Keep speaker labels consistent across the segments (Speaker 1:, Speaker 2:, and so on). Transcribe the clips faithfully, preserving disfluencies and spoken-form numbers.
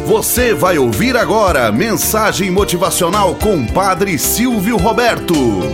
Speaker 1: Você vai ouvir agora mensagem motivacional com Padre Silvio Roberto.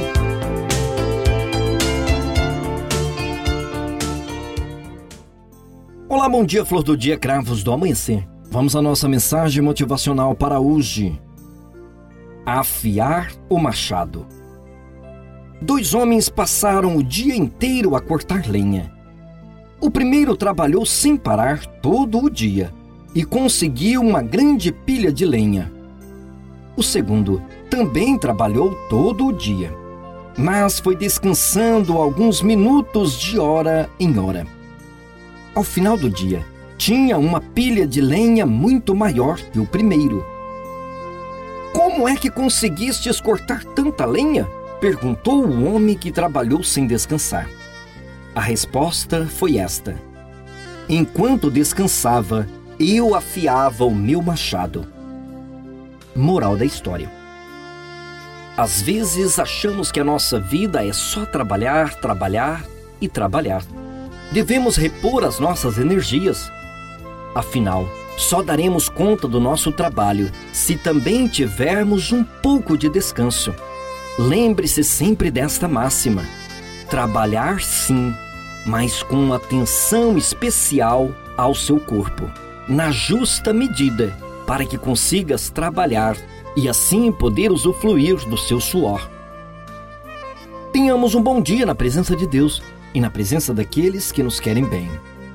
Speaker 2: Olá, bom dia, flor do dia, cravos do amanhecer. Vamos à nossa mensagem motivacional para hoje. Afiar o machado. Dois homens passaram o dia inteiro a cortar lenha. O primeiro trabalhou sem parar todo o dia e conseguiu uma grande pilha de lenha. O segundo também trabalhou todo o dia, mas foi descansando alguns minutos de hora em hora. Ao final do dia, tinha uma pilha de lenha muito maior que o primeiro. "Como é que conseguistes cortar tanta lenha?" perguntou o homem que trabalhou sem descansar. A resposta foi esta: "Enquanto descansava, eu afiava o meu machado." Moral da história: às vezes achamos que a nossa vida é só trabalhar, trabalhar e trabalhar. Devemos repor as nossas energias. Afinal, só daremos conta do nosso trabalho se também tivermos um pouco de descanso. Lembre-se sempre desta máxima: trabalhar sim, mas com atenção especial ao seu corpo, na justa medida, para que consigas trabalhar e assim poder usufruir do seu suor. Tenhamos um bom dia na presença de Deus e na presença daqueles que nos querem bem.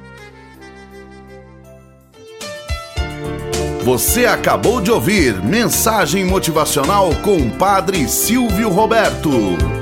Speaker 1: Você acabou de ouvir Mensagem Motivacional com Padre Silvio Roberto.